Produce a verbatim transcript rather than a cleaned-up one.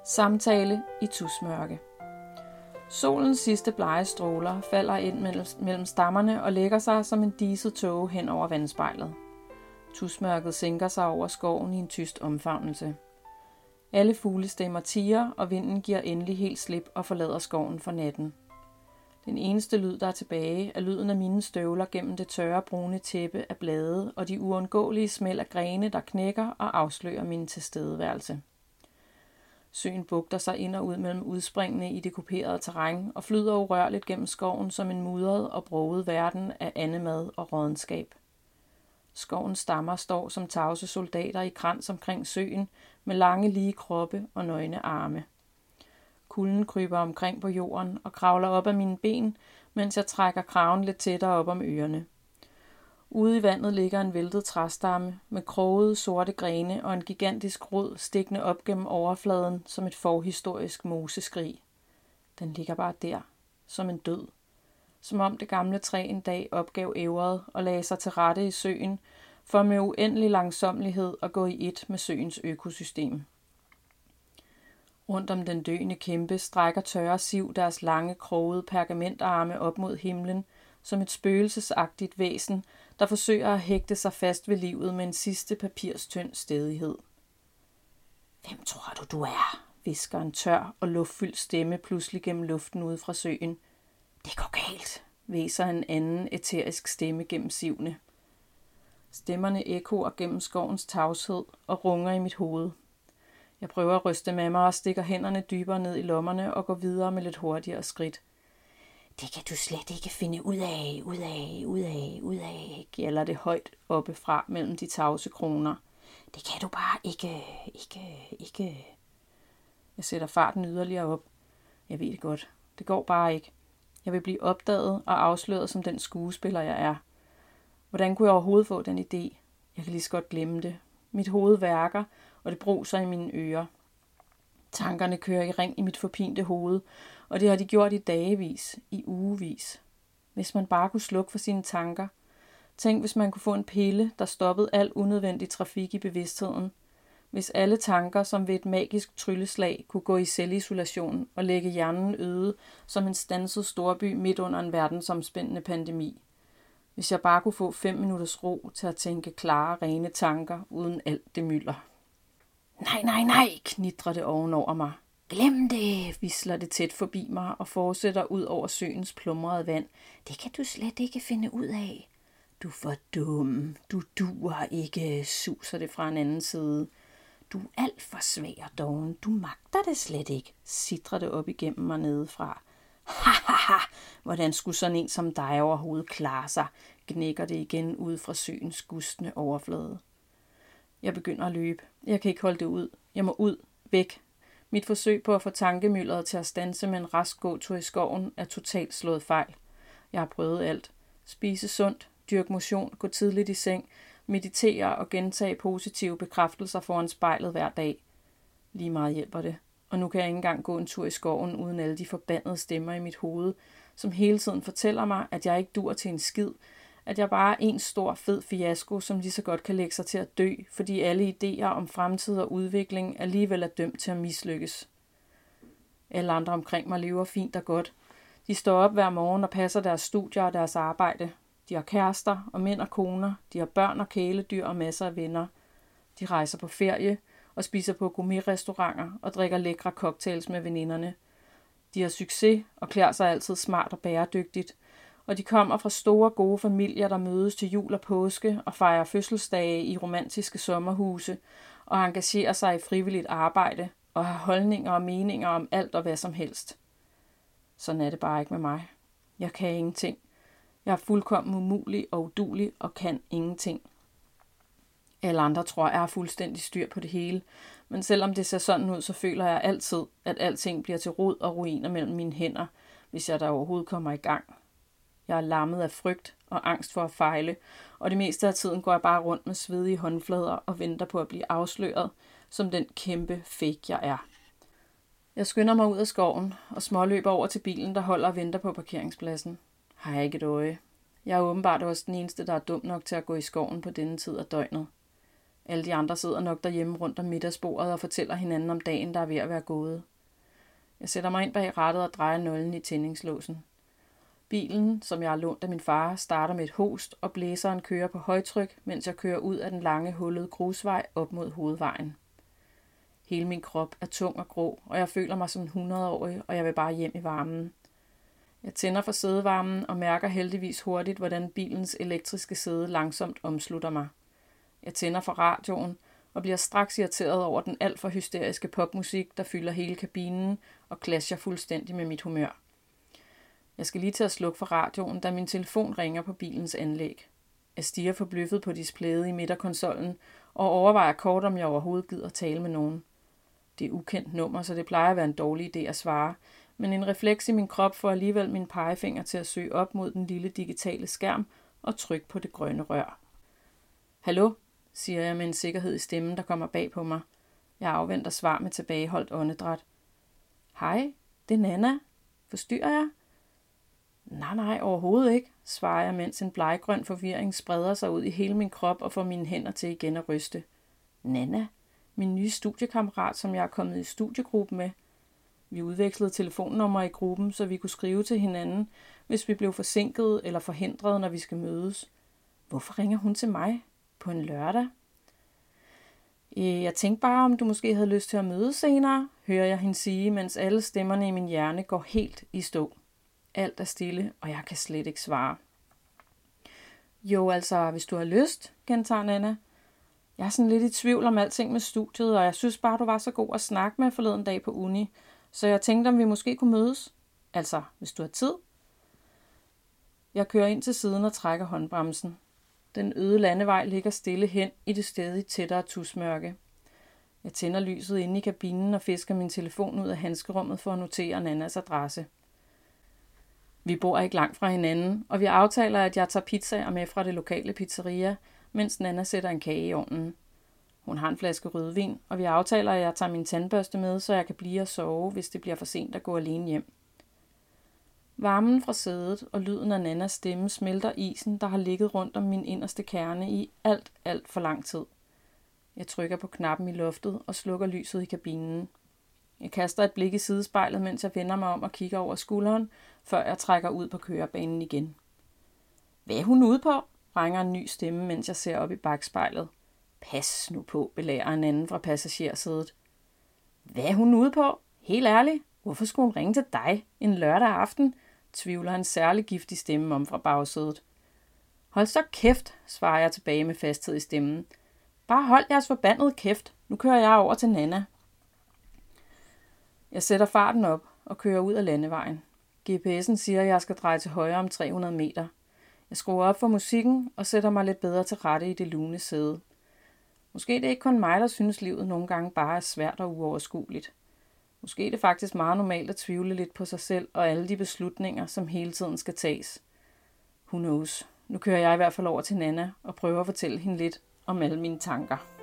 Samtale i tusmørke. Solens sidste blege stråler falder ind mellem stammerne og lægger sig som en diset tåge hen over vandspejlet. Tusmørket sænker sig over skoven i en tyst omfavnelse. Alle fuglestemmer tier, og vinden giver endelig helt slip og forlader skoven for natten. Den eneste lyd, der er tilbage, er lyden af mine støvler gennem det tørre brune tæppe af blade og de uundgåelige smæld af grene, der knækker og afslører min tilstedeværelse. Søen bugter sig ind og ud mellem udspringene i det kuperede terræn og flyder urørligt gennem skoven som en mudret og broget verden af andemad og rådenskab. Skovens stammer står som tavse soldater i krans omkring søen med lange lige kroppe og nøgne arme. Kulden kryber omkring på jorden og kravler op af mine ben, mens jeg trækker kraven lidt tættere op om ørerne. Ude i vandet ligger en væltet træstamme med krogede sorte grene og en gigantisk rod stikkende op gennem overfladen som et forhistorisk moseskrig. Den ligger bare der, som en død. Som om det gamle træ en dag opgav ævret og lagde sig til rette i søen, for med uendelig langsommelighed at gå i ét med søens økosystem. Rundt om den døende kæmpe strækker tørre siv deres lange, krogede pergamentarme op mod himlen, som et spøgelsesagtigt væsen, der forsøger at hægte sig fast ved livet med en sidste papirstynd stædighed. Hvem tror du, du er? Hvisker en tør og luftfyldt stemme pludselig gennem luften ude fra søen. Det går galt, væser en anden æterisk stemme gennem sivene. Stemmerne ekkoer gennem skovens tavshed og runger i mit hoved. Jeg prøver at ryste med mig og stikker hænderne dybere ned i lommerne og går videre med lidt hurtigere skridt. Det kan du slet ikke finde ud af, ud af, ud af, ud af, gælder det højt oppefra mellem de tavse kroner. Det kan du bare ikke, ikke, ikke. Jeg sætter farten yderligere op. Jeg ved det godt. Det går bare ikke. Jeg vil blive opdaget og afsløret som den skuespiller, jeg er. Hvordan kunne jeg overhovedet få den idé? Jeg kan lige så godt glemme det. Mit hoved værker, og det bruser i mine ører. Tankerne kører i ring i mit forpinte hoved, og det har de gjort i dagevis, i ugevis. Hvis man bare kunne slukke for sine tanker. Tænk, hvis man kunne få en pille, der stoppede al unødvendig trafik i bevidstheden. Hvis alle tanker, som ved et magisk trylleslag, kunne gå i selvisolation og lægge hjernen øde som en standset storby midt under en verdensomspændende pandemi. Hvis jeg bare kunne få fem minutters ro til at tænke klare, rene tanker uden alt det mylder. Nej, nej, nej, knitrer det ovenover mig. Glem det, visler det tæt forbi mig og fortsætter ud over søens plumrede vand. Det kan du slet ikke finde ud af. Du er for dum, du duer ikke, suser det fra en anden side. Du er alt for svær, doven, du magter det slet ikke, sitrer det op igennem mig nedefra. Ha, ha, ha, hvordan skulle sådan en som dig overhovedet klare sig, gnækker det igen ud fra søens gustne overflade. Jeg begynder at løbe. Jeg kan ikke holde det ud. Jeg må ud. Væk. Mit forsøg på at få tankemyldret til at standse med en rask gåtur i skoven er totalt slået fejl. Jeg har prøvet alt. Spise sundt, dyrke motion, gå tidligt i seng, meditere og gentage positive bekræftelser foran spejlet hver dag. Lige meget hjælper det. Og nu kan jeg ikke engang gå en tur i skoven uden alle de forbandede stemmer i mit hoved, som hele tiden fortæller mig, at jeg ikke dur til en skid, at jeg bare er en stor fed fiasko, som lige så godt kan lægge sig til at dø, fordi alle idéer om fremtid og udvikling alligevel er dømt til at mislykkes. Alle andre omkring mig lever fint og godt. De står op hver morgen og passer deres studier og deres arbejde. De har kærester og mænd og koner. De har børn og kæledyr og masser af venner. De rejser på ferie og spiser på gourmetrestauranter og drikker lækre cocktails med veninderne. De har succes og klæder sig altid smart og bæredygtigt. Og de kommer fra store, gode familier, der mødes til jul og påske og fejrer fødselsdage i romantiske sommerhuse og engagerer sig i frivilligt arbejde og har holdninger og meninger om alt og hvad som helst. Sådan er det bare ikke med mig. Jeg kan ingenting. Jeg er fuldkommen umulig og uduelig og kan ingenting. Alle andre tror, jeg har fuldstændig styr på det hele, men selvom det ser sådan ud, så føler jeg altid, at alting bliver til rod og ruiner mellem mine hænder, hvis jeg der overhovedet kommer i gang. Jeg er lammet af frygt og angst for at fejle, og det meste af tiden går jeg bare rundt med svedige håndflader og venter på at blive afsløret, som den kæmpe fake jeg er. Jeg skynder mig ud af skoven og småløber over til bilen, der holder og venter på parkeringspladsen. Har jeg ikke et øje. Jeg er åbenbart også den eneste, der er dum nok til at gå i skoven på denne tid af døgnet. Alle de andre sidder nok derhjemme rundt om middagsbordet og fortæller hinanden om dagen, der er ved at være gået. Jeg sætter mig ind bag rattet og drejer nøglen i tændingslåsen. Bilen, som jeg har lånt af min far, starter med et host, og blæseren kører på højtryk, mens jeg kører ud af den lange, hullede grusvej op mod hovedvejen. Hele min krop er tung og grå, og jeg føler mig som en hundrede-årig, og jeg vil bare hjem i varmen. Jeg tænder for sædevarmen og mærker heldigvis hurtigt, hvordan bilens elektriske sæde langsomt omslutter mig. Jeg tænder for radioen og bliver straks irriteret over den alt for hysteriske popmusik, der fylder hele kabinen og clasher fuldstændig med mit humør. Jeg skal lige til at slukke for radioen, da min telefon ringer på bilens anlæg. Jeg stirrer forbløffet på displayet i midterkonsollen og overvejer kort, om jeg overhovedet gider tale med nogen. Det er ukendt nummer, så det plejer at være en dårlig idé at svare, men en refleks i min krop får alligevel min pegefinger til at søge op mod den lille digitale skærm og trykke på det grønne rør. Hallo, siger jeg med en sikkerhed i stemmen, der kommer bag på mig. Jeg afventer svar med tilbageholdt åndedræt. Hej, det er Nana. Forstyrrer jeg? Nej, nej, overhovedet ikke, svarer jeg, mens en bleggrøn forvirring spreder sig ud i hele min krop og får mine hænder til igen at ryste. Nana, min nye studiekammerat, som jeg er kommet i studiegruppe med. Vi udvekslede telefonnumre i gruppen, så vi kunne skrive til hinanden, hvis vi blev forsinket eller forhindret, når vi skal mødes. Hvorfor ringer hun til mig på en lørdag? Jeg tænkte bare, om du måske havde lyst til at mødes senere, hører jeg hende sige, mens alle stemmerne i min hjerne går helt i stå. Alt er stille, og jeg kan slet ikke svare. Jo, altså, hvis du har lyst, gentager Nana. Jeg er sådan lidt i tvivl om alting med studiet, og jeg synes bare, du var så god at snakke med forleden dag på uni, så jeg tænkte, om vi måske kunne mødes. Altså, hvis du har tid. Jeg kører ind til siden og trækker håndbremsen. Den øde landevej ligger stille hen i det stadig tættere tusmørke. Jeg tænder lyset inde i kabinen og fisker min telefon ud af handskerummet for at notere Nannas adresse. Vi bor ikke langt fra hinanden, og vi aftaler, at jeg tager pizzaer med fra det lokale pizzeria, mens Nana sætter en kage i ovnen. Hun har en flaske rødvin, og vi aftaler, at jeg tager min tandbørste med, så jeg kan blive og sove, hvis det bliver for sent at gå alene hjem. Varmen fra sædet og lyden af Nannas stemme smelter isen, der har ligget rundt om min inderste kerne i alt, alt for lang tid. Jeg trykker på knappen i loftet og slukker lyset i kabinen. Jeg kaster et blik i sidespejlet, mens jeg vender mig om og kigger over skulderen, før jeg trækker ud på kørebanen igen. Hvad er hun ude på? Ringer en ny stemme, mens jeg ser op i bakspejlet. Pas nu på, belærer en anden fra passagersædet. Hvad er hun ude på? Helt ærligt, hvorfor skulle hun ringe til dig en lørdag aften? Tvivler en særlig giftig stemme om fra bagsædet. Hold så kæft, svarer jeg tilbage med fasthed i stemmen. Bare hold jeres forbandede kæft, nu kører jeg over til Nana. Jeg sætter farten op og kører ud af landevejen. G P S'en siger, at jeg skal dreje til højre om tre hundrede meter. Jeg skruer op for musikken og sætter mig lidt bedre til rette i det lune sæde. Måske det er ikke kun mig, der synes, livet nogle gange bare er svært og uoverskueligt. Måske er det faktisk meget normalt at tvivle lidt på sig selv og alle de beslutninger, som hele tiden skal tages. Who knows? Nu kører jeg i hvert fald over til Nana og prøver at fortælle hende lidt om alle mine tanker.